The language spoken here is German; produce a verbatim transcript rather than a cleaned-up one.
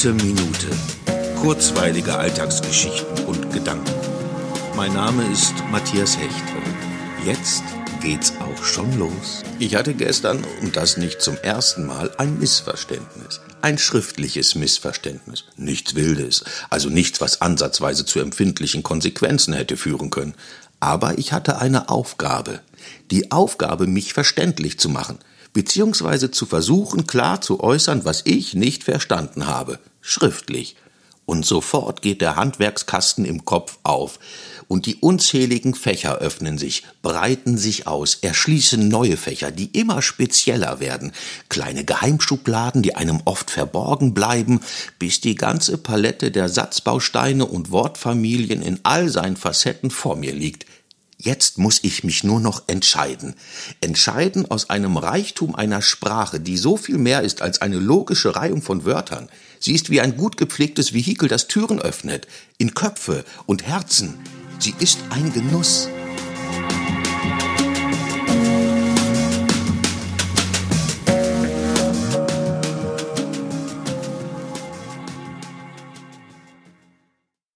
Gute Minute. Kurzweilige Alltagsgeschichten und Gedanken. Mein Name ist Matthias Hecht und jetzt geht's auch schon los. Ich hatte gestern, und das nicht zum ersten Mal, ein Missverständnis. Ein schriftliches Missverständnis. Nichts Wildes, also nichts, was ansatzweise zu empfindlichen Konsequenzen hätte führen können. Aber ich hatte eine Aufgabe. Die Aufgabe, mich verständlich zu machen, beziehungsweise zu versuchen, klar zu äußern, was ich nicht verstanden habe. Schriftlich. Und sofort geht der Handwerkskasten im Kopf auf und die unzähligen Fächer öffnen sich, breiten sich aus, erschließen neue Fächer, die immer spezieller werden, kleine Geheimschubladen, die einem oft verborgen bleiben, bis die ganze Palette der Satzbausteine und Wortfamilien in all seinen Facetten vor mir liegt. Jetzt muss ich mich nur noch entscheiden. Entscheiden aus einem Reichtum einer Sprache, die so viel mehr ist als eine logische Reihung von Wörtern. Sie ist wie ein gut gepflegtes Vehikel, das Türen öffnet, in Köpfe und Herzen. Sie ist ein Genuss.